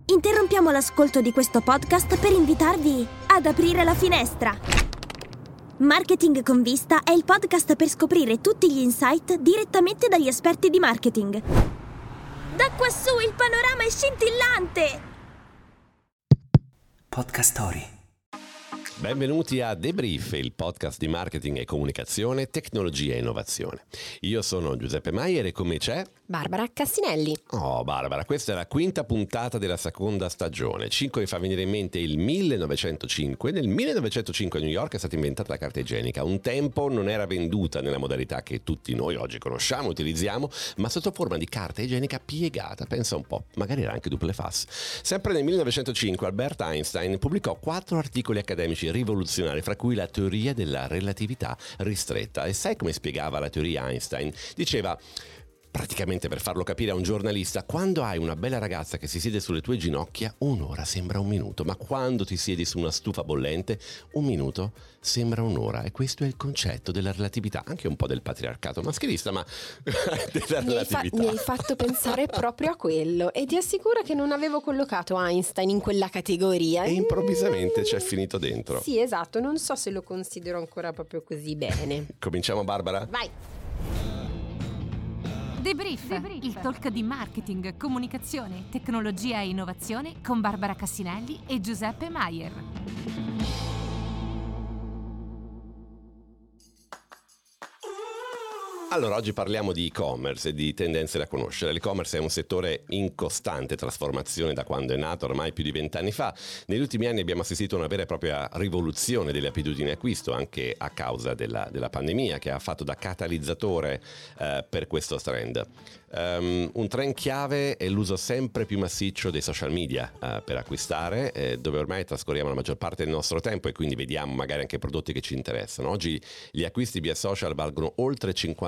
Interrompiamo l'ascolto di questo podcast per invitarvi ad aprire la finestra. Marketing con Vista è il podcast per scoprire tutti gli insight direttamente dagli esperti di marketing. Da quassù il panorama è scintillante! Podcast Story. Benvenuti a Debrief, il podcast di marketing e comunicazione, tecnologia e innovazione. Io sono Giuseppe Maier e con me c'è Barbara Cassinelli. Oh Barbara, questa è la quinta puntata della seconda stagione. 5 mi fa venire in mente il 1905. Nel 1905 a New York è stata inventata la carta igienica. Un tempo non era venduta nella modalità che tutti noi oggi conosciamo, utilizziamo, ma sotto forma di carta igienica piegata. Pensa un po', magari era anche double face. Sempre nel 1905 Albert Einstein pubblicò 4 articoli accademici rivoluzionari, fra cui la teoria della relatività ristretta. E sai come spiegava la teoria Einstein? Diceva, praticamente per farlo capire a un giornalista, quando hai una bella ragazza che si siede sulle tue ginocchia, un'ora sembra un minuto, ma quando ti siedi su una stufa bollente, un minuto sembra un'ora. E questo è il concetto della relatività, anche un po' del patriarcato maschilista, ma della relatività. Mi hai fatto pensare proprio a quello e ti assicuro che non avevo collocato Einstein in quella categoria. E improvvisamente c'è finito dentro. Sì, esatto, non so se lo considero ancora proprio così bene. Cominciamo, Barbara? Vai! Debrief, il talk di marketing, comunicazione, tecnologia e innovazione con Barbara Cassinelli e Giuseppe Maier. Allora, oggi parliamo di e-commerce e di tendenze da conoscere. L'e-commerce è un settore in costante trasformazione da quando è nato, ormai più di 20 anni fa. Negli ultimi anni abbiamo assistito a una vera e propria rivoluzione delle abitudini di acquisto, anche a causa della pandemia, che ha fatto da catalizzatore per questo trend. Un trend chiave è l'uso sempre più massiccio dei social media per acquistare, dove ormai trascorriamo la maggior parte del nostro tempo e quindi vediamo magari anche prodotti che ci interessano. Oggi gli acquisti via social valgono oltre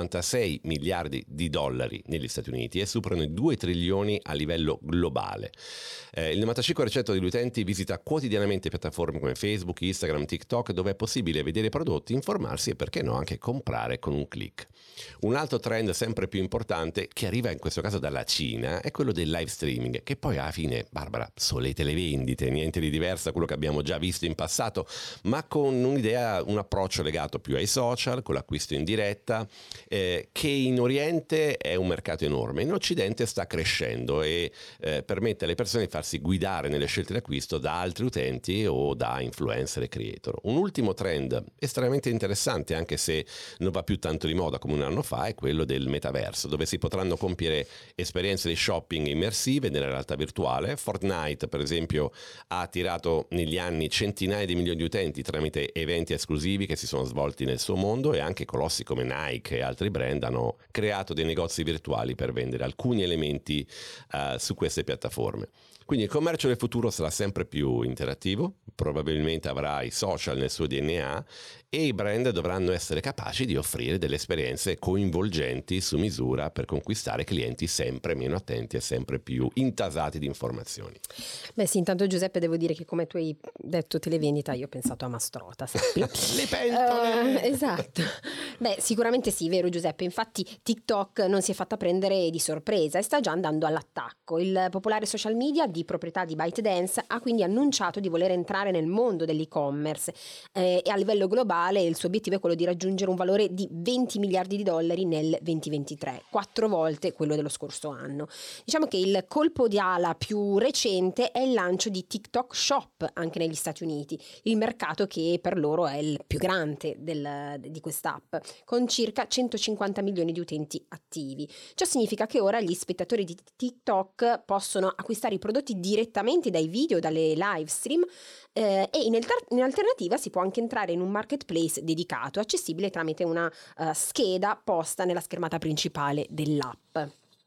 56 miliardi di dollari negli Stati Uniti e superano i 2 trilioni a livello globale. Il 95% degli utenti visita quotidianamente piattaforme come Facebook, Instagram, TikTok, dove è possibile vedere prodotti, informarsi e perché no anche comprare con un click. Un altro trend sempre più importante, che arriva in questo caso dalla Cina, è quello del live streaming, che poi alla fine, Barbara, sono le televendite, niente di diverso da quello che abbiamo già visto in passato, ma con un'idea, un approccio legato più ai social, con l'acquisto in diretta, che in Oriente è un mercato enorme, in Occidente sta crescendo e permette alle persone di farsi guidare nelle scelte d'acquisto da altri utenti o da influencer e creator. Un ultimo trend estremamente interessante, anche se non va più tanto di moda come un anno fa, è quello del metaverso, dove si potranno compiere esperienze di shopping immersive nella realtà virtuale. Fortnite, per esempio, ha attirato negli anni centinaia di milioni di utenti tramite eventi esclusivi che si sono svolti nel suo mondo, e anche colossi come Nike e altri brand hanno creato dei negozi virtuali per vendere alcuni elementi su queste piattaforme. Quindi il commercio del futuro sarà sempre più interattivo, probabilmente avrà i social nel suo DNA e i brand dovranno essere capaci di offrire delle esperienze coinvolgenti su misura per conquistare clienti sempre meno attenti e sempre più intasati di informazioni. Beh sì, intanto Giuseppe devo dire che come tu hai detto televendita io ho pensato a Mastrota, sappi? Le pentole! Esatto. Beh, sicuramente sì, vero Giuseppe, infatti TikTok non si è fatta prendere di sorpresa e sta già andando all'attacco. Il popolare social media di proprietà di ByteDance ha quindi annunciato di voler entrare nel mondo dell'e-commerce e a livello globale il suo obiettivo è quello di raggiungere un valore di 20 miliardi di dollari nel 2023, 4 volte quello dello scorso anno. Diciamo che il colpo di ala più recente è il lancio di TikTok Shop anche negli Stati Uniti, il mercato che per loro è il più grande di quest'app, con circa 150 milioni di utenti attivi. Ciò significa che ora gli spettatori di TikTok possono acquistare i prodotti direttamente dai video, dalle live stream e in alternativa si può anche entrare in un marketplace dedicato, accessibile tramite una scheda posta nella schermata principale dell'app.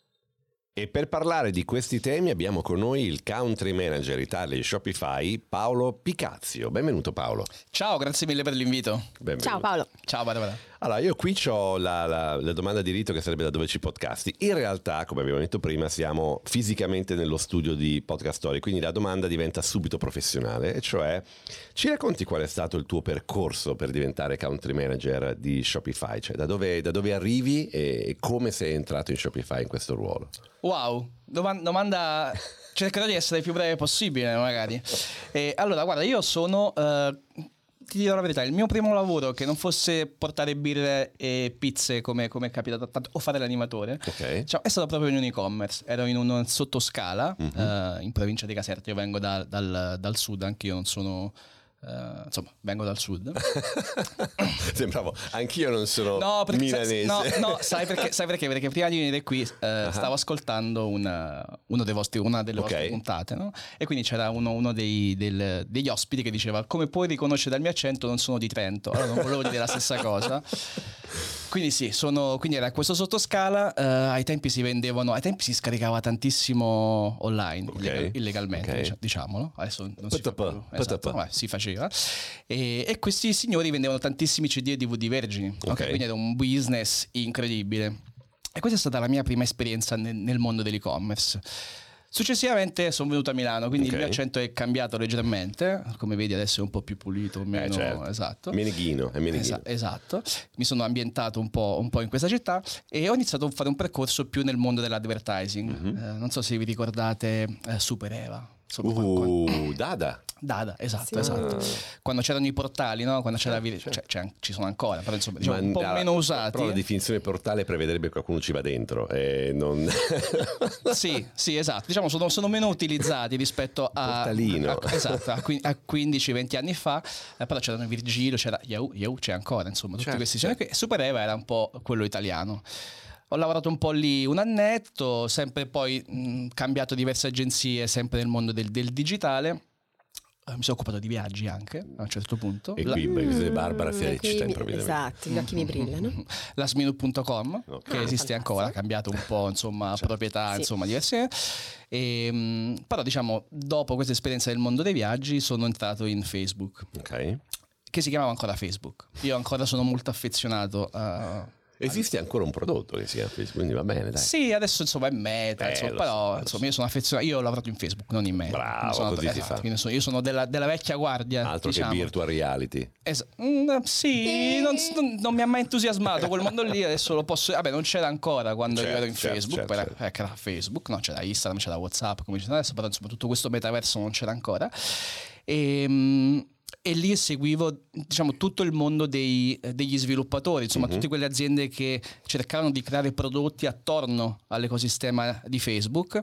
E per parlare di questi temi abbiamo con noi il Country Manager Italia di Shopify, Paolo Picazio. Benvenuto Paolo. Ciao, grazie mille per l'invito. Benvenuto. Ciao Paolo. Ciao, Barbara. Allora, io qui ho la domanda di rito, che sarebbe da dove ci podcasti. In realtà, come abbiamo detto prima, siamo fisicamente nello studio di Podcast Story, quindi la domanda diventa subito professionale, e cioè ci racconti qual è stato il tuo percorso per diventare Country Manager di Shopify? Cioè da dove arrivi e come sei entrato in Shopify in questo ruolo? Wow, domanda cercherò di essere il più breve possibile, magari. Allora, guarda, io sono... ti dirò la verità, il mio primo lavoro che non fosse portare birre e pizze come è capitato tanto, o fare l'animatore, Ok. cioè, è stato proprio in un e-commerce. Ero in un sottoscala in provincia di Caserta. Io vengo dal sud, anche io non sono... insomma, vengo dal sud. Sembravo, anch'io non sono milanese. No, sai perché? Perché prima di venire qui stavo ascoltando una delle vostre puntate, no? E quindi c'era uno degli ospiti che diceva: come puoi riconoscere dal mio accento, non sono di Trento. Allora non volevo dire la stessa cosa. Quindi sì, quindi era questo sottoscala. Ai tempi si scaricava tantissimo online, Ok. illegalmente, Ok. diciamolo. Adesso non si fa Patapà, più. Esatto, patapà. si faceva. E questi signori vendevano tantissimi CD e DVD vergini. Ok. Quindi era un business incredibile. E questa è stata la mia prima esperienza nel mondo dell'e-commerce. Successivamente sono venuto a Milano, quindi Ok. il mio accento è cambiato leggermente. Come vedi adesso è un po' più pulito, meno... Certo. Esatto. Meneghino, è Meneghino. Esatto, mi sono ambientato un po' in questa città e ho iniziato a fare un percorso più nel mondo dell'advertising. Non so se vi ricordate Super Eva. Insomma, Dada. esatto. Quando c'erano i portali, no? Quando c'era ci sono ancora, però insomma diciamo, un po' meno usati. Però la definizione portale prevederebbe che qualcuno ci va dentro e non... Sì, esatto. Diciamo sono meno utilizzati rispetto a Portalino. Esatto, a 15-20 anni fa, però c'erano Virgilio, c'era Yahoo c'è ancora, insomma, tutti Certo, questi signori qui. Super Eva era un po' quello italiano. Ho lavorato un po' lì un annetto, sempre poi cambiato diverse agenzie, sempre nel mondo del digitale. Mi sono occupato di viaggi anche a un certo punto. E qui Barbara si recita improvvisamente. Esatto, gli occhi mi brillano. Lasminute.com, che esiste ancora, ha cambiato un po', insomma, proprietà, Sì. insomma, diverse. Però diciamo, dopo questa esperienza del mondo dei viaggi sono entrato in Facebook, Ok. che si chiamava ancora Facebook. Io ancora sono molto affezionato a... Esiste ancora un prodotto che si chiama Facebook, quindi va bene, dai. Sì, adesso insomma è Meta, insomma, lo però so. insomma io sono affezionato, io ho lavorato in Facebook, non in Meta. Bravo, così si fa. quindi io sono della vecchia guardia. Altro diciamo. che virtual reality. Sì, non mi ha mai entusiasmato quel mondo lì, adesso lo posso... Vabbè, non c'era ancora quando io ero in Facebook, certo. che era Facebook, no, c'era Instagram, c'era WhatsApp, come dice adesso, però insomma tutto questo metaverso non c'era ancora. E lì seguivo, diciamo, tutto il mondo degli sviluppatori, insomma, tutte quelle aziende che cercavano di creare prodotti attorno all'ecosistema di Facebook.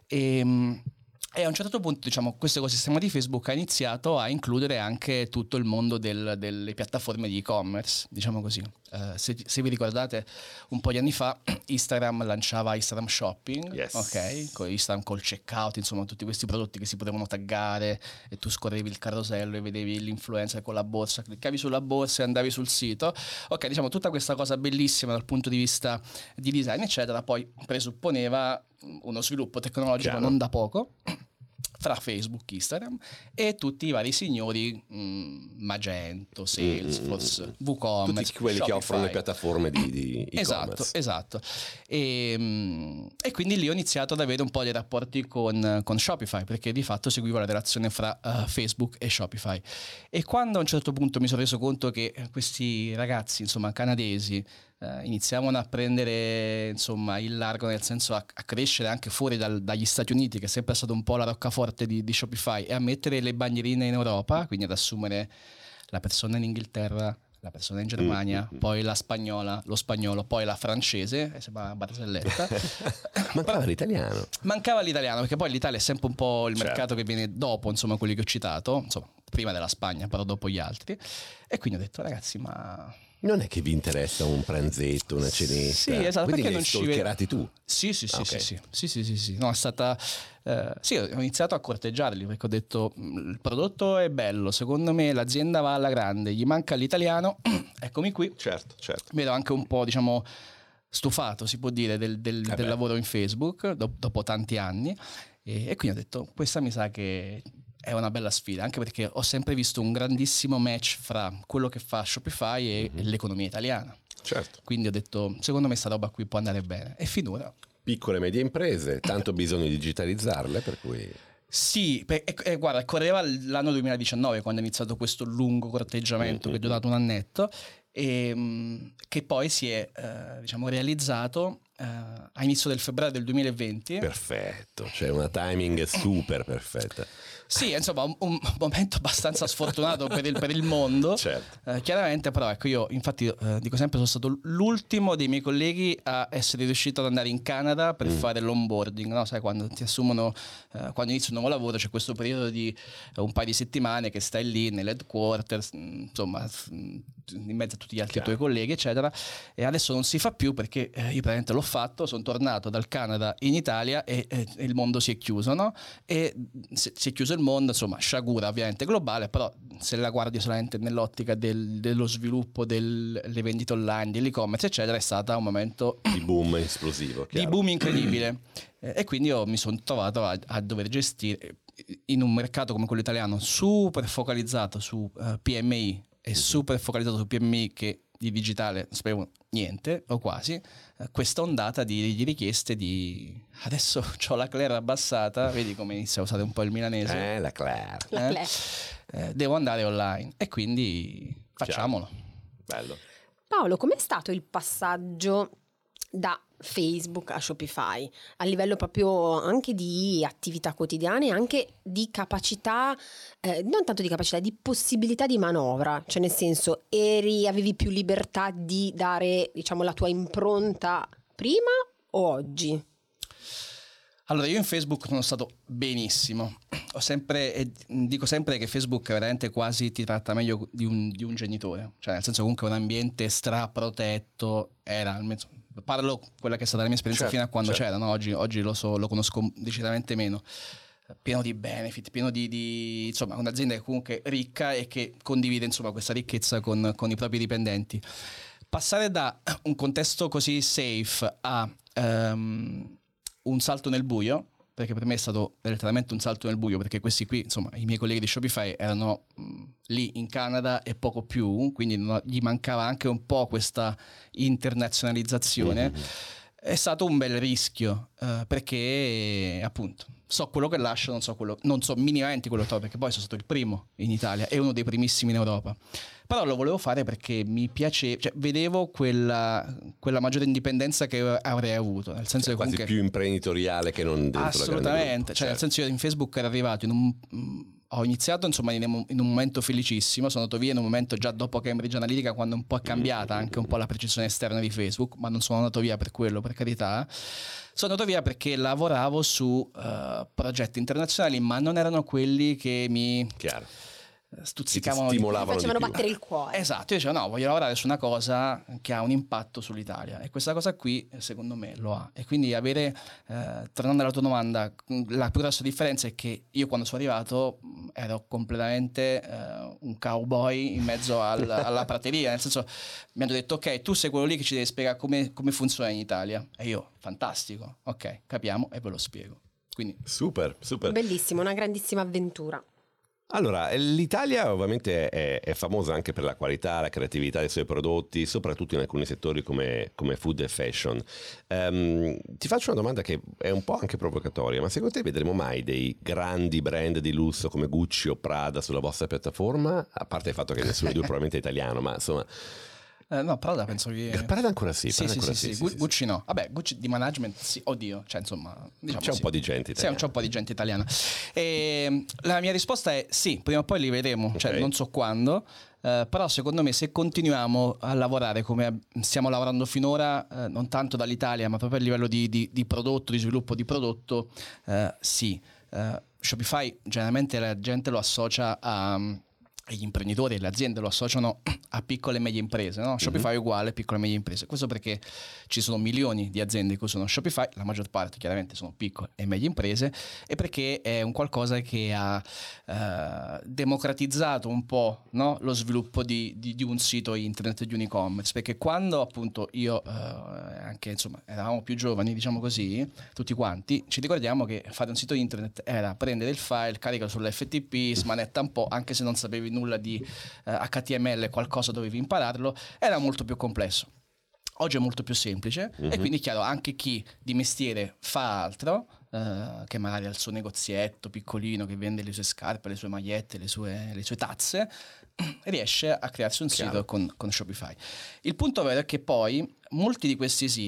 E a un certo punto, diciamo, questo ecosistema di Facebook ha iniziato a includere anche tutto il mondo delle piattaforme di e-commerce, diciamo così. Se vi ricordate, un po' di anni fa Instagram lanciava Instagram Shopping, Yes. ok? Con Instagram col checkout, insomma, tutti questi prodotti che si potevano taggare e tu scorrevi il carosello e vedevi l'influencer con la borsa, cliccavi sulla borsa e andavi sul sito. Ok, diciamo, tutta questa cosa bellissima dal punto di vista di design, eccetera, poi presupponeva uno sviluppo tecnologico Chiaro. non da poco fra Facebook, Instagram e tutti i vari signori, Magento, Salesforce, WooCommerce, Tutti quelli che Shopify. offrono le piattaforme di e-commerce. Esatto. E quindi lì ho iniziato ad avere un po' di rapporti con Shopify, perché di fatto seguivo la relazione fra Facebook e Shopify. E quando a un certo punto mi sono reso conto che questi ragazzi, insomma, canadesi, iniziavano a prendere, insomma, il largo, nel senso a crescere anche fuori dagli Stati Uniti, che è sempre stato un po' la roccaforte di Shopify, e a mettere le bandierine in Europa, quindi ad assumere la persona in Inghilterra, la persona in Germania, poi la spagnola, lo spagnolo, poi la francese, sembra barzelletta. Mancava l'italiano. Mancava l'italiano, perché poi l'Italia è sempre un po' il Certo. mercato che viene dopo, insomma, quelli che ho citato, insomma, prima della Spagna, però dopo gli altri. E quindi ho detto, ragazzi, ma... Non è che vi interessa un pranzetto, una cenetta? Sì, esatto, Quindi perché li non hai ci stalkerati tu? Sì. Ok. Sì. No, è stata... sì, ho iniziato a corteggiarli, perché ho detto, il prodotto è bello, secondo me l'azienda va alla grande, gli manca l'italiano, eccomi qui. Certo. Mi ero anche un po', diciamo, stufato, si può dire, del lavoro in Facebook, dopo tanti anni, e quindi ho detto, questa mi sa che è una bella sfida, anche perché ho sempre visto un grandissimo match fra quello che fa Shopify e l'economia italiana. Certo. Quindi ho detto, secondo me sta roba qui può andare bene. E finora... Piccole e medie imprese, tanto bisogno di digitalizzarle, per cui... Sì, guarda, correva l'anno 2019 quando è iniziato questo lungo corteggiamento che è durato un annetto, e che poi si è diciamo realizzato a inizio del febbraio del 2020. Perfetto, c'è una timing super perfetta. Sì, insomma, un momento abbastanza sfortunato per il mondo. Certo. Chiaramente, però, ecco, io infatti dico sempre, sono stato l'ultimo dei miei colleghi a essere riuscito ad andare in Canada per fare l'onboarding, no? Sai, quando ti assumono, quando inizi un nuovo lavoro, c'è questo periodo di un paio di settimane che stai lì nell'headquarters, insomma, in mezzo a tutti gli altri tuoi colleghi, eccetera. E adesso non si fa più perché io praticamente l'ho fatto, sono tornato dal Canada in Italia e il mondo si è chiuso, no? E si è chiuso il mondo, insomma, sciagura ovviamente globale, però se la guardi solamente nell'ottica dello sviluppo delle vendite online, dell'e-commerce, eccetera, è stata un momento di boom esplosivo, di boom incredibile. E quindi io mi sono trovato a dover gestire in un mercato come quello italiano super focalizzato su PMI e super focalizzato su PMI che di digitale non sapevo niente o quasi, questa ondata di richieste di adesso c'ho la Claire abbassata, vedi come inizia a usare un po' il milanese, la Claire. devo andare online e quindi facciamolo. Bello. Paolo, com'è stato il passaggio da Facebook a Shopify a livello proprio anche di attività quotidiane, anche di capacità, non tanto di capacità, di possibilità di manovra, cioè nel senso avevi più libertà di dare, diciamo, la tua impronta prima o oggi? Allora, io in Facebook sono stato benissimo. Dico sempre che Facebook veramente quasi ti tratta meglio di un genitore. Cioè, nel senso, comunque, un ambiente straprotetto era. Parlo quella che è stata la mia esperienza fino a quando c'era, no? Oggi lo conosco decisamente meno. Pieno di benefit, pieno di insomma, un'azienda che comunque è ricca e che condivide, insomma, questa ricchezza con i propri dipendenti. Passare da un contesto così safe a un salto nel buio, perché per me è stato letteralmente un salto nel buio, perché questi qui, insomma, i miei colleghi di Shopify erano lì in Canada e poco più, quindi gli mancava anche un po' questa internazionalizzazione. È stato un bel rischio, perché appunto so quello che lascio, non so minimamente quello che trovo, perché poi sono stato il primo in Italia e uno dei primissimi in Europa. Però lo volevo fare perché mi piaceva, cioè vedevo quella maggiore indipendenza che avrei avuto, nel senso che quasi comunque, più imprenditoriale che non dentro assolutamente, la grande gruppo. cioè nel senso io in Facebook ero arrivato ho iniziato insomma in un momento felicissimo, sono andato via in un momento già dopo Cambridge Analytica, quando un po' è cambiata anche un po' la precisione esterna di Facebook, ma non sono andato via per quello, per carità. Sono andato via perché lavoravo su progetti internazionali, ma non erano quelli che mi stuzzicavano, stimolavano, facevano di più. battere il cuore. Esatto, io dicevo no, voglio lavorare su una cosa che ha un impatto sull'Italia e questa cosa qui secondo me lo ha. E quindi avere, tornando alla tua domanda, la più grossa differenza è che io quando sono arrivato ero completamente un cowboy in mezzo alla prateria, nel senso mi hanno detto ok, tu sei quello lì che ci devi spiegare come funziona in Italia, e io fantastico, ok, capiamo e ve lo spiego. Quindi Super. Bellissimo, una grandissima avventura. Allora, l'Italia ovviamente è famosa anche per la qualità, la creatività dei suoi prodotti, soprattutto in alcuni settori come food e fashion. Ti faccio una domanda che è un po' anche provocatoria, ma secondo te vedremo mai dei grandi brand di lusso come Gucci o Prada sulla vostra piattaforma? A parte il fatto che nessuno di due probabilmente è italiano, ma insomma... no, Prada penso che... Prada ancora sì. Gucci no. Vabbè, Gucci di management sì, oddio, cioè insomma... Diciamo c'è un po' di gente italiana. Sì, c'è un po' di gente italiana. E la mia risposta è sì, prima o poi li vedremo, cioè non so quando, però secondo me se continuiamo a lavorare come stiamo lavorando finora, non tanto dall'Italia, ma proprio a livello di prodotto, di sviluppo di prodotto, sì. Shopify generalmente la gente lo associa gli imprenditori e le aziende lo associano a piccole e medie imprese, no? Shopify è uguale a piccole e medie imprese. Questo perché ci sono milioni di aziende che usano Shopify, la maggior parte chiaramente sono piccole e medie imprese, e perché è un qualcosa che ha democratizzato un po', no? Lo sviluppo di un sito internet, di un e-commerce, perché quando appunto io anche insomma eravamo più giovani, diciamo così, tutti quanti, ci ricordiamo che fare un sito internet era prendere il file, carica sull'FTP, smanetta un po', anche se non sapevi nulla di HTML, qualcosa dovevi impararlo, era molto più complesso. Oggi è molto più semplice e quindi chiaro, anche chi di mestiere fa altro, che magari ha il suo negozietto piccolino che vende le sue scarpe, le sue magliette, le sue tazze, riesce a crearsi un sito con Shopify. Il punto vero è che poi molti di questi siti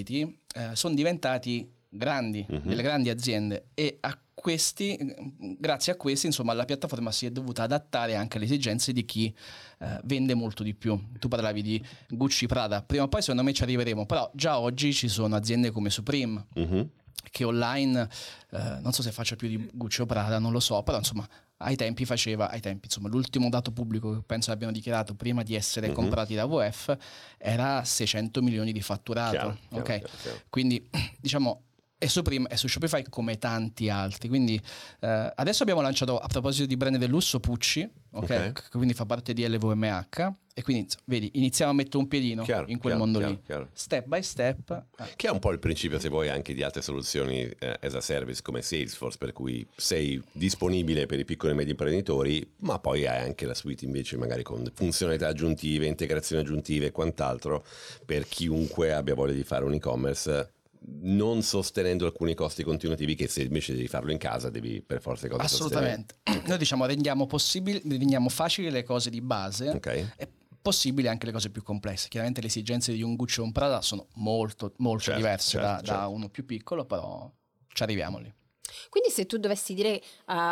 sono diventati grandi, delle grandi aziende, e grazie a questi, insomma, la piattaforma si è dovuta adattare anche alle esigenze di chi vende molto di più. Tu parlavi di Gucci, Prada, prima o poi secondo me ci arriveremo, però già oggi ci sono aziende come Supreme che online, non so se faccia più di Gucci o Prada, non lo so, però insomma ai tempi, insomma, l'ultimo dato pubblico che penso abbiano dichiarato prima di essere comprati da WF era 600 milioni di fatturato. Chiaro. Quindi diciamo è su Shopify come tanti altri. Quindi adesso abbiamo lanciato, a proposito di brand del lusso, Pucci, che quindi fa parte di LVMH, e quindi vedi, iniziamo a mettere un piedino in quel mondo lì, step by step. Che è un po' il principio, se vuoi, anche di altre soluzioni as a service come Salesforce, per cui sei disponibile per i piccoli e medi imprenditori, ma poi hai anche la suite invece magari con funzionalità aggiuntive, integrazioni aggiuntive e quant'altro per chiunque abbia voglia di fare un e-commerce, non sostenendo alcuni costi continuativi che se invece devi farlo in casa devi per forza assolutamente sostenere. Noi diciamo rendiamo facili le cose di base, e possibili anche le cose più complesse. Chiaramente le esigenze di un Gucci o un Prada sono molto diverse da uno più piccolo, però ci arriviamo lì. Quindi se tu dovessi dire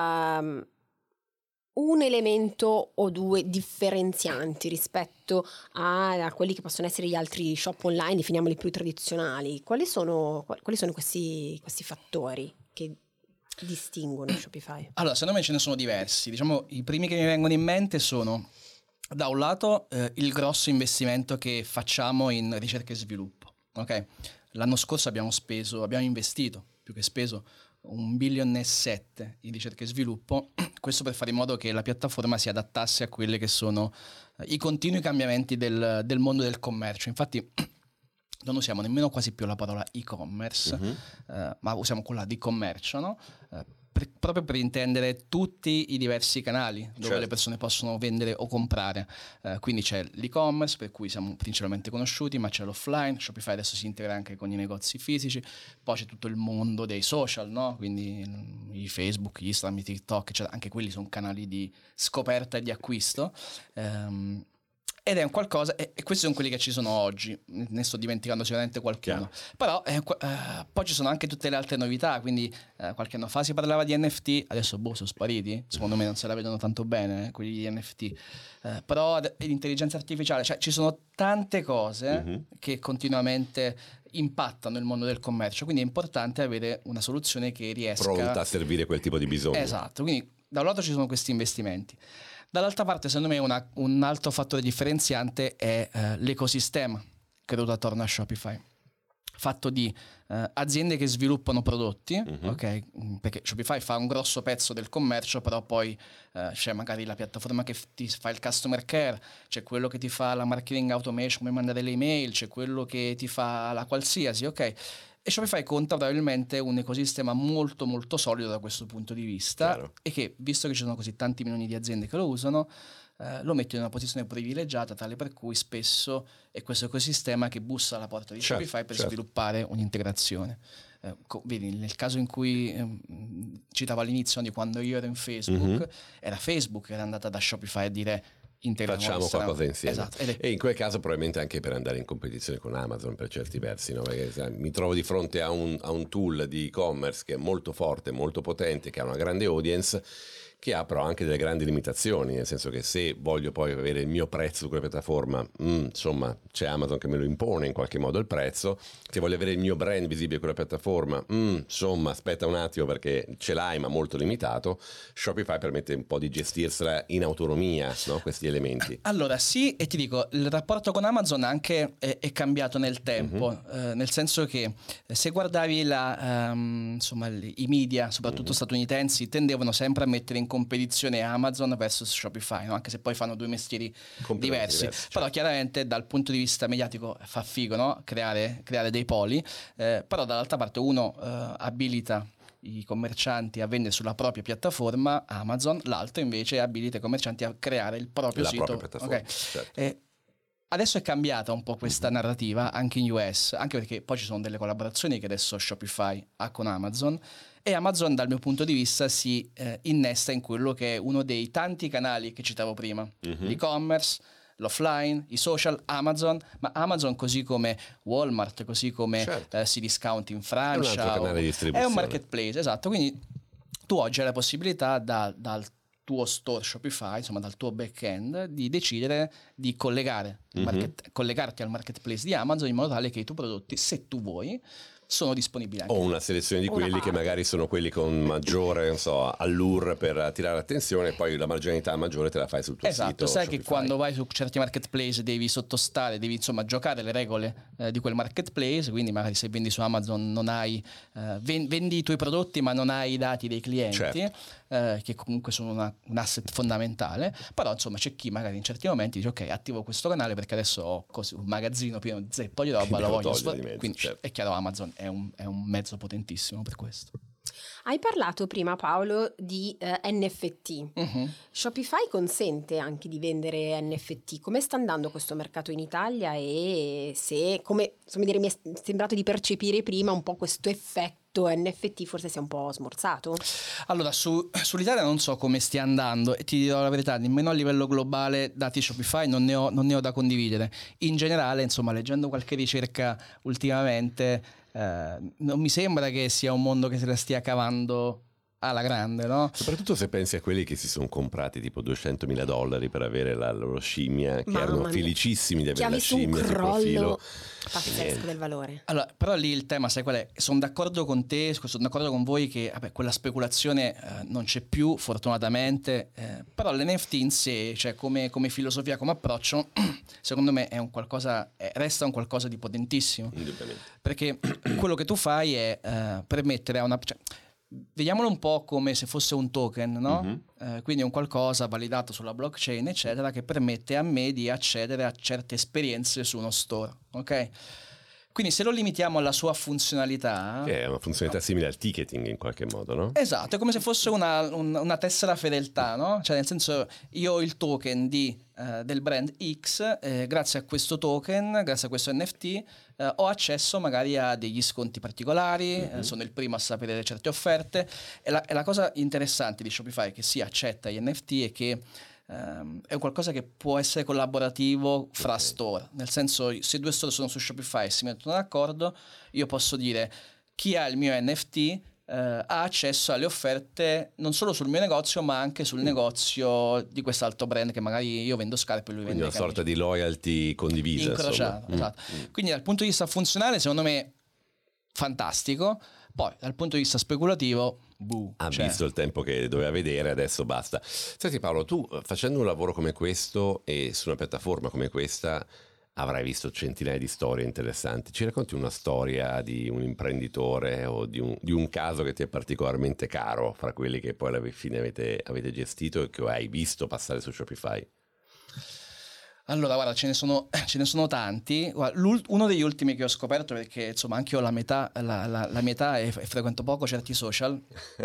un elemento o due differenzianti rispetto a quelli che possono essere gli altri shop online, definiamoli più tradizionali, quali sono questi fattori che distinguono Shopify? Allora, secondo me ce ne sono diversi. Diciamo, i primi che mi vengono in mente sono, da un lato, il grosso investimento che facciamo in ricerca e sviluppo. L'anno scorso abbiamo investito, più che speso, 1,7 billion in ricerca e sviluppo, questo per fare in modo che la piattaforma si adattasse a quelli che sono i continui cambiamenti del mondo del commercio. Infatti non usiamo nemmeno quasi più la parola e-commerce, ma usiamo quella di commercio, no? Proprio per intendere tutti i diversi canali dove le persone possono vendere o comprare. Quindi c'è l'e-commerce, per cui siamo principalmente conosciuti, ma c'è l'offline. Shopify adesso si integra anche con i negozi fisici. Poi c'è tutto il mondo dei social, no? Quindi i Facebook, gli Instagram, i TikTok, eccetera. Anche quelli sono canali di scoperta e di acquisto. Ed è un qualcosa, e questi sono quelli che ci sono oggi, ne sto dimenticando sicuramente qualcuno. Però poi ci sono anche tutte le altre novità, quindi qualche anno fa si parlava di NFT, adesso sono spariti, secondo me non se la vedono tanto bene quelli di NFT, però l'intelligenza artificiale, cioè ci sono tante cose che continuamente impattano il mondo del commercio, quindi è importante avere una soluzione che riesca pronta a servire quel tipo di bisogno. Esatto, quindi da un lato ci sono questi investimenti. Dall'altra parte, secondo me, un altro fattore differenziante è l'ecosistema creato attorno a Shopify, fatto di aziende che sviluppano prodotti, perché Shopify fa un grosso pezzo del commercio, però poi c'è magari la piattaforma che ti fa il customer care, c'è quello che ti fa la marketing automation, come mandare le email, c'è quello che ti fa la qualsiasi, E Shopify conta probabilmente un ecosistema molto molto solido da questo punto di vista. Chiaro. E che, visto che ci sono così tanti milioni di aziende che lo usano, lo mette in una posizione privilegiata, tale per cui spesso è questo ecosistema che bussa alla porta di Shopify per sviluppare un'integrazione. Vedi, nel caso in cui citavo all'inizio, di quando io ero in Facebook, era Facebook che era andata da Shopify a dire: facciamo qualcosa insieme. E in quel caso probabilmente anche per andare in competizione con Amazon per certi versi, no? Perché mi trovo di fronte a un tool di e-commerce che è molto forte, molto potente, che ha una grande audience, che ha però anche delle grandi limitazioni, nel senso che se voglio poi avere il mio prezzo su quella piattaforma, insomma c'è Amazon che me lo impone in qualche modo il prezzo. Se voglio avere il mio brand visibile su quella piattaforma, insomma aspetta un attimo perché ce l'hai ma molto limitato. Shopify permette un po' di gestirsela in autonomia, no? Questi elementi. Allora sì, e ti dico, il rapporto con Amazon anche è cambiato nel tempo, nel senso che se guardavi i media, soprattutto statunitensi, tendevano sempre a mettere in competizione Amazon versus Shopify, no? Anche se poi fanno due mestieri diversi. Però chiaramente dal punto di vista mediatico fa figo, no? creare dei poli, però dall'altra parte uno abilita i commercianti a vendere sulla propria piattaforma Amazon, l'altro invece abilita i commercianti a creare il proprio sito. Adesso è cambiata un po' questa narrativa anche in US, anche perché poi ci sono delle collaborazioni che adesso Shopify ha con Amazon, e Amazon dal mio punto di vista si innesta in quello che è uno dei tanti canali che citavo prima, l'e-commerce, l'offline, i social, Amazon, ma Amazon così come Walmart, così come certo. Cdiscount in È un Francia, altro canale di distribuzione. è un marketplace, esatto, quindi tu oggi hai la possibilità dal tuo store Shopify, insomma dal tuo back-end, di decidere di collegarti al marketplace di Amazon in modo tale che i tuoi prodotti, se tu vuoi, sono disponibili anche. O una selezione di quelli che magari sono quelli con maggiore, non so, allure per attirare l'attenzione, e poi la marginalità maggiore te la fai sul tuo sito. Esatto, sai Shopify. che quando vai su certi marketplace devi sottostare, devi insomma giocare le regole di quel marketplace, quindi magari se vendi su Amazon non hai vendi i tuoi prodotti ma non hai i dati dei clienti, certo. Che comunque sono un asset fondamentale, però insomma c'è chi magari in certi momenti dice ok, attivo questo canale perché adesso ho un magazzino pieno di zeppo di roba, lo voglio quindi certo. È chiaro, Amazon è un mezzo potentissimo per questo. Hai parlato prima, Paolo, di NFT. Shopify consente anche di vendere NFT. Come sta andando questo mercato in Italia e se, come mi è sembrato di percepire prima, un po' questo effetto NFT forse si è un po' smorzato? Allora, sull'Italia non so come stia andando e ti dirò la verità, nemmeno a livello globale dati Shopify non ne ho da condividere. In generale, insomma, leggendo qualche ricerca ultimamente, non mi sembra che sia un mondo che se la stia cavando alla grande, no? Soprattutto se pensi a quelli che si sono comprati tipo $200.000 per avere la loro scimmia, che erano felicissimi di avere la scimmia sul profilo. Pazzesco del valore. Allora, però lì il tema, sai qual è? Sono d'accordo con te, sono d'accordo con voi che quella speculazione non c'è più, fortunatamente, però l'NFT in sé, cioè come filosofia, come approccio, secondo me è resta un qualcosa di potentissimo. Indubbiamente. Perché quello che tu fai è permettere a una... vediamolo un po' come se fosse un token, no? Quindi un qualcosa validato sulla blockchain, eccetera, che permette a me di accedere a certe esperienze su uno store, ok? Quindi se lo limitiamo alla sua funzionalità... Che è una funzionalità simile al ticketing in qualche modo, no? Esatto, è come se fosse una tessera fedeltà, no? Cioè nel senso, io ho il token del brand X, grazie a questo token, grazie a questo NFT, ho accesso magari a degli sconti particolari, sono il primo a sapere certe offerte. E la cosa interessante di Shopify è che si accetta gli NFT e che è un qualcosa che può essere collaborativo fra store, nel senso, se due store sono su Shopify e si mettono d'accordo, io posso dire chi ha il mio NFT ha accesso alle offerte non solo sul mio negozio ma anche sul negozio di quest'altro brand che magari io vendo scarpe e lui vende una sorta di loyalty condivisa, incrociata, esatto. Quindi dal punto di vista funzionale secondo me fantastico, poi dal punto di vista speculativo visto il tempo che doveva vedere, adesso basta. Senti Paolo, tu facendo un lavoro come questo e su una piattaforma come questa avrai visto centinaia di storie interessanti. Ci racconti una storia di un imprenditore o di un caso che ti è particolarmente caro fra quelli che poi alla fine avete gestito e che hai visto passare su Shopify? Allora, guarda, ce ne sono tanti. Guarda, uno degli ultimi che ho scoperto, perché insomma anche io la mia età e frequento poco certi social,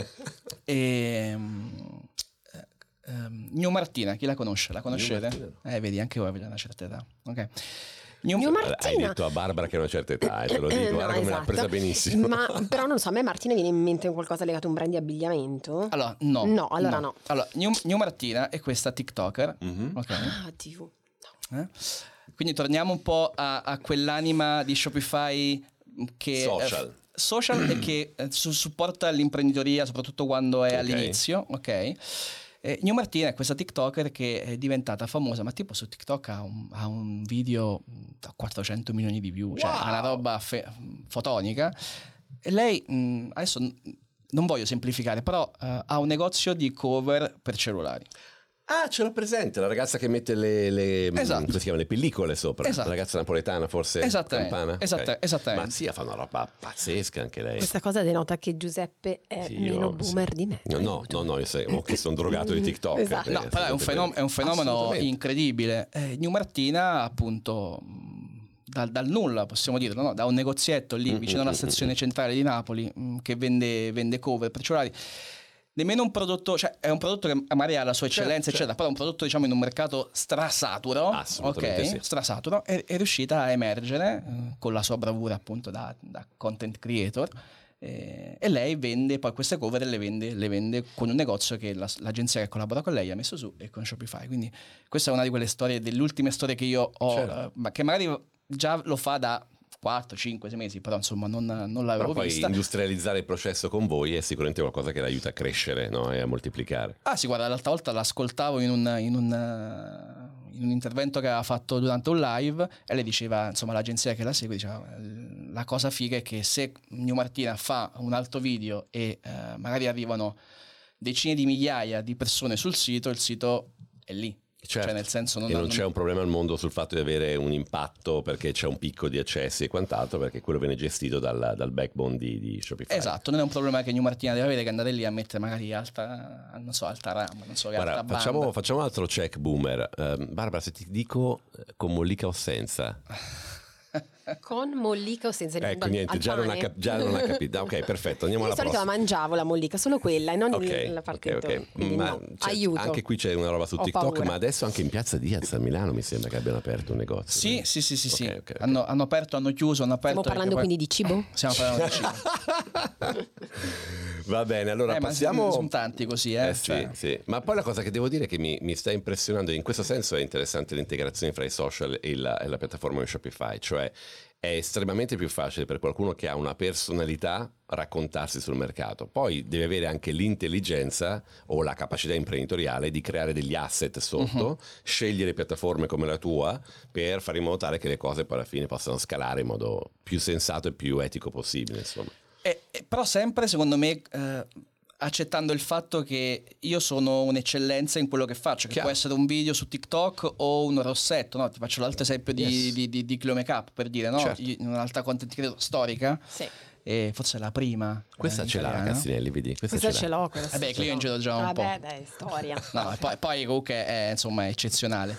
New Martina, chi la conosce? La conoscete? Vedi, anche voi avete una certa età. Ok. New Martina. Hai detto a Barbara che è una certa età, te lo dico, guarda come l'ha presa benissimo. Ma però non so, a me Martina viene in mente qualcosa legato a un brand di abbigliamento. Allora, no. No, allora no. Allora, New Martina è questa TikToker. Okay. TV. Quindi torniamo un po' a quell'anima di Shopify che social e che supporta l'imprenditoria soprattutto quando è all'inizio, ok? New Martina è questa TikToker che è diventata famosa, ma tipo su TikTok ha un video da 400 milioni di view, cioè ha una roba fotonica. E lei adesso non voglio semplificare, però ha un negozio di cover per cellulari. Ah, ce l'ho presente, la ragazza che mette esatto. come si chiamano, le pellicole sopra, esatto. La ragazza napoletana forse, Campana? Esattamente. Ma sì, fa una roba pazzesca anche lei. Questa cosa denota che Giuseppe è meno boomer di me. No, io che sono drogato di TikTok. Esatto. No, però è un fenomeno incredibile. New Martina appunto dal nulla, possiamo dirlo, no? Da un negozietto lì vicino alla stazione centrale di Napoli che vende cover per cellulari. Nemmeno un prodotto, cioè è un prodotto che magari ha la sua eccellenza, eccetera, però è un prodotto diciamo in un mercato strasaturo, ok? Sì. Strasaturo, è riuscita a emergere con la sua bravura appunto da content creator e lei vende poi queste cover, le vende con un negozio che l'agenzia che collabora con lei ha messo su, e con Shopify. Quindi questa è una di quelle storie, delle ultime storie che io ho, certo. Ma che magari già lo fa da 4, 5, 6 mesi, però insomma non l'avevo poi vista. Industrializzare il processo con voi è sicuramente qualcosa che l'aiuta a crescere, no? E a moltiplicare. Ah sì, guarda, l'altra volta l'ascoltavo in un intervento che aveva fatto durante un live, e lei diceva, insomma, l'agenzia che la segue diceva, la cosa figa è che se New Martina fa un altro video e magari arrivano decine di migliaia di persone sul sito, il sito è lì. Certo. Cioè nel senso non c'è un problema al mondo sul fatto di avere un impatto perché c'è un picco di accessi e quant'altro, perché quello viene gestito dal backbone di Shopify. Esatto, non è un problema che New Martina deve avere, che andare lì a mettere magari alta RAM, non so, Guarda, alta facciamo un altro check boomer. Barbara, se ti dico con mollica o senza? Con mollica o senza? Ecco, niente, già non ha capito. Ok, perfetto, andiamo alla prossima. Di solito la mangiavo la mollica, solo quella, e non la parte ok. Quindi no. Aiuto. Anche qui c'è una roba su Ho TikTok, paura. ma adesso anche in Piazza Diaz a Milano mi sembra che abbiano aperto un negozio. Sì. Ok. Hanno aperto, hanno chiuso, hanno aperto. Stiamo parlando quindi di cibo? Stiamo parlando di cibo. Va bene, allora passiamo. Ma sono tanti così, Sì. Ma poi la cosa che devo dire che mi sta impressionando, e in questo senso è interessante l'integrazione fra i social e la piattaforma di Shopify, cioè è estremamente più facile per qualcuno che ha una personalità raccontarsi sul mercato. Poi deve avere anche l'intelligenza o la capacità imprenditoriale di creare degli asset sotto, scegliere piattaforme come la tua per fare in modo tale che le cose poi alla fine possano scalare in modo più sensato e più etico possibile, insomma. Però sempre, secondo me, accettando il fatto che io sono un'eccellenza in quello che faccio, che Chiaro. può essere un video su TikTok o un rossetto, no? Ti faccio l'altro esempio di Clio Makeup, per dire, no? Certo. In un'altra content creator storica, Sì. e forse la prima. Questa ce l'ha italiana. Cassinelli, vedi? Questa ce l'ho. Vabbè, Clio in giro già un po'. Vabbè, dai, storia. No, poi comunque è, insomma, è eccezionale.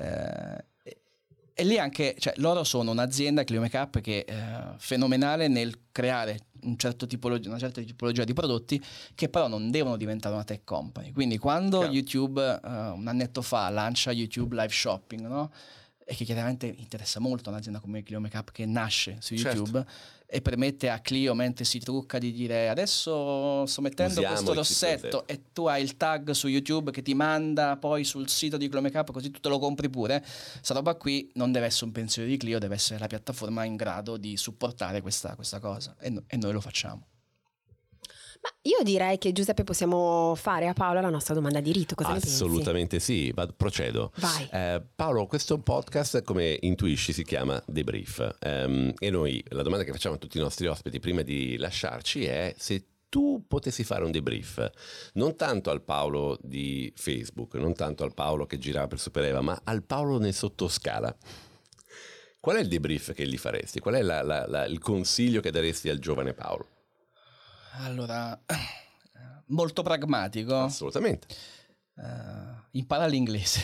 E lì anche, cioè, loro sono un'azienda, Clio Makeup, che è fenomenale nel creare una certa tipologia di prodotti, che però non devono diventare una tech company. Quindi quando Chiaro. YouTube un annetto fa lancia YouTube Live Shopping, no? E che chiaramente interessa molto un'azienda come Clio Makeup, che nasce su YouTube, Certo. e permette a Clio, mentre si trucca, di dire adesso sto mettendo Usiamo questo il rossetto, e tu hai il tag su YouTube che ti manda poi sul sito di Clio Makeup, così tu te lo compri pure. Sta roba qui non deve essere un pensiero di Clio, deve essere la piattaforma in grado di supportare questa cosa, e noi lo facciamo. Ma io direi che, Giuseppe, possiamo fare a Paolo la nostra domanda di rito. Cosa ne pensi? Assolutamente sì, procedo. Vai. Paolo, questo podcast, come intuisci, si chiama Debrief, e noi la domanda che facciamo a tutti i nostri ospiti prima di lasciarci è: se tu potessi fare un debrief, non tanto al Paolo di Facebook, non tanto al Paolo che girava per Super Eva, ma al Paolo nel sottoscala, qual è il debrief che gli faresti? Qual è il consiglio che daresti al giovane Paolo? Allora, molto pragmatico. Assolutamente. Impara l'inglese.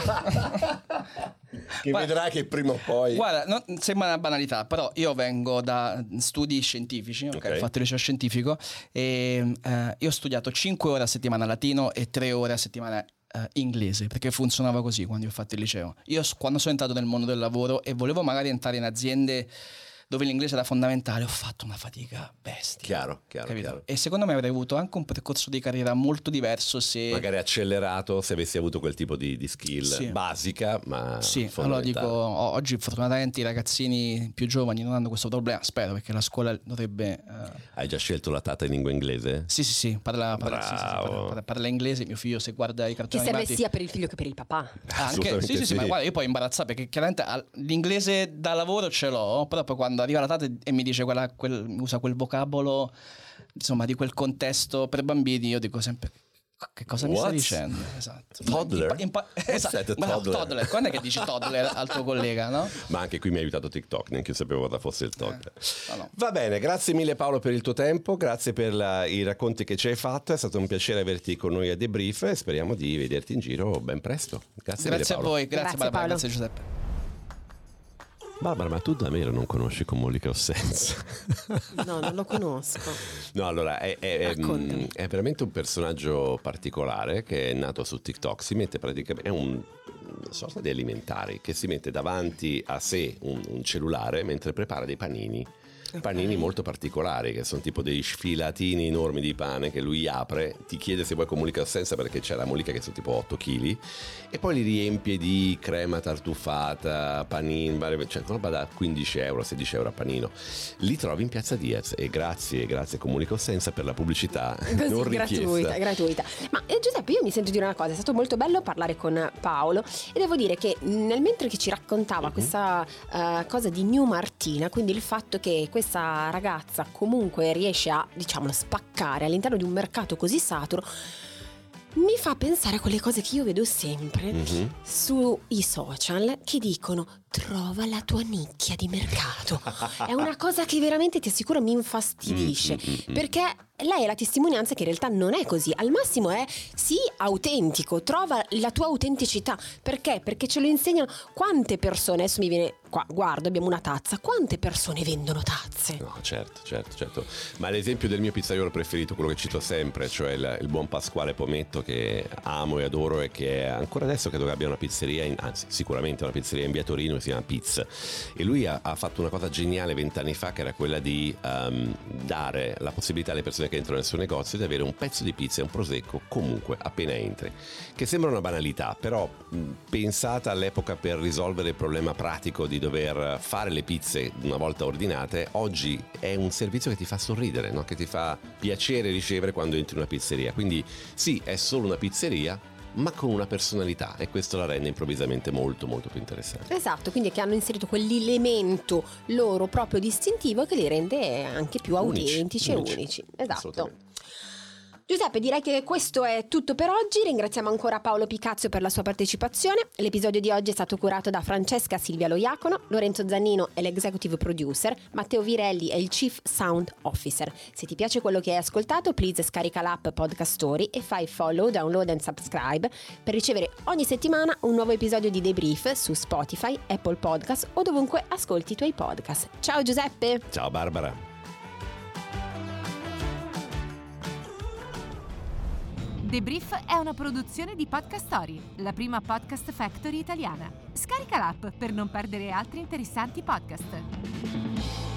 Che vedrai che prima o poi. Guarda, sembra una banalità, però io vengo da studi scientifici, Ok. ho fatto il liceo scientifico, e io ho studiato 5 ore a settimana latino e 3 ore a settimana inglese, perché funzionava così quando io ho fatto il liceo. Io quando sono entrato nel mondo del lavoro e volevo magari entrare in aziende dove l'inglese era fondamentale, ho fatto una fatica bestia. Chiaro. E secondo me avrei avuto anche un percorso di carriera molto diverso se... Magari accelerato se avessi avuto quel tipo di skill Sì. basica, ma Sì, allora fondamentale. dico, oggi fortunatamente i ragazzini più giovani non hanno questo problema, spero, perché la scuola dovrebbe... Hai già scelto la tata in lingua inglese? Sì, parla inglese. Mio figlio, se guarda i Che cartoni serve animati... sia per il figlio che per il papà. Anche, Assolutamente sì, ma guarda, io poi imbarazzato, perché chiaramente l'inglese da lavoro ce l'ho, però poi quando arriva la tata e mi dice usa quel vocabolo, insomma, di quel contesto per bambini, io dico sempre: che cosa mi stai dicendo? Esatto. Toddler? Esatto. Ma no, toddler. Quando è che dici toddler al tuo collega, no? Ma anche qui mi ha aiutato TikTok, neanche io sapevo cosa fosse il toddler. No. Va bene, grazie mille Paolo per il tuo tempo, grazie per i racconti che ci hai fatto, è stato un piacere averti con noi a Debrief e speriamo di vederti in giro ben presto. Grazie mille, Grazie a Paolo. voi, grazie Barbara, Paolo. grazie Giuseppe. Barbara, ma tu davvero non conosci Con Mollica o Senza? No, non lo conosco. No, allora Raccontami. è veramente un personaggio particolare che è nato su TikTok. Si mette praticamente, è una sorta di alimentari che si mette davanti a sé un cellulare mentre prepara dei panini panini molto particolari, che sono tipo dei sfilatini enormi di pane che lui apre, ti chiede se vuoi con mollica o senza, perché c'è la mollica che sono tipo 8 kg, e poi li riempie di crema tartufata, panini, cioè roba da 15 euro, 16 euro a panino. Li trovi in Piazza Diaz, e grazie con mollica o senza per la pubblicità non richiesta. Gratuita. Ma Giuseppe, io mi sento dire una cosa, è stato molto bello parlare con Paolo, e devo dire che mentre che ci raccontava questa cosa di New Martina, quindi il fatto che questa ragazza comunque riesce a, diciamo, spaccare all'interno di un mercato così saturo, mi fa pensare a quelle cose che io vedo sempre sui social, che dicono: trova la tua nicchia di mercato. È una cosa che veramente, ti assicuro, mi infastidisce, perché lei è la testimonianza che in realtà non è così. Al massimo è sì autentico, trova la tua autenticità. Perché? Perché ce lo insegnano. Quante persone, adesso mi viene qua, guardo, abbiamo una tazza, quante persone vendono tazze? No, certo. Ma l'esempio del mio pizzaiolo preferito, quello che cito sempre, cioè il buon Pasquale Pometto, che amo e adoro, e che ancora adesso credo che abbia una pizzeria, anzi sicuramente una pizzeria in via Torino, si chiama Pizza, e lui ha fatto una cosa geniale 20 anni fa, che era quella di dare la possibilità alle persone che entrano nel suo negozio di avere un pezzo di pizza e un prosecco comunque appena entri, che sembra una banalità, però pensata all'epoca per risolvere il problema pratico di dover fare le pizze una volta ordinate, oggi è un servizio che ti fa sorridere, no? Che ti fa piacere ricevere quando entri in una pizzeria. Quindi sì, è solo una pizzeria, ma con una personalità, e questo la rende improvvisamente molto molto più interessante. Esatto, quindi che hanno inserito quell'elemento loro proprio distintivo che li rende anche più autentici e unici. Esatto. Giuseppe, direi che questo è tutto per oggi. Ringraziamo ancora Paolo Picazio per la sua partecipazione. L'episodio di oggi è stato curato da Francesca Silvia Loiacono, Lorenzo Zannino è l'executive producer, Matteo Virelli è il chief sound officer. Se ti piace quello che hai ascoltato, please scarica l'app Podcast Story e fai follow, download and subscribe per ricevere ogni settimana un nuovo episodio di Debrief su Spotify, Apple Podcast o dovunque ascolti i tuoi podcast. Ciao Giuseppe! Ciao Barbara! Debrief è una produzione di Podcast Story, la prima podcast factory italiana. Scarica l'app per non perdere altri interessanti podcast.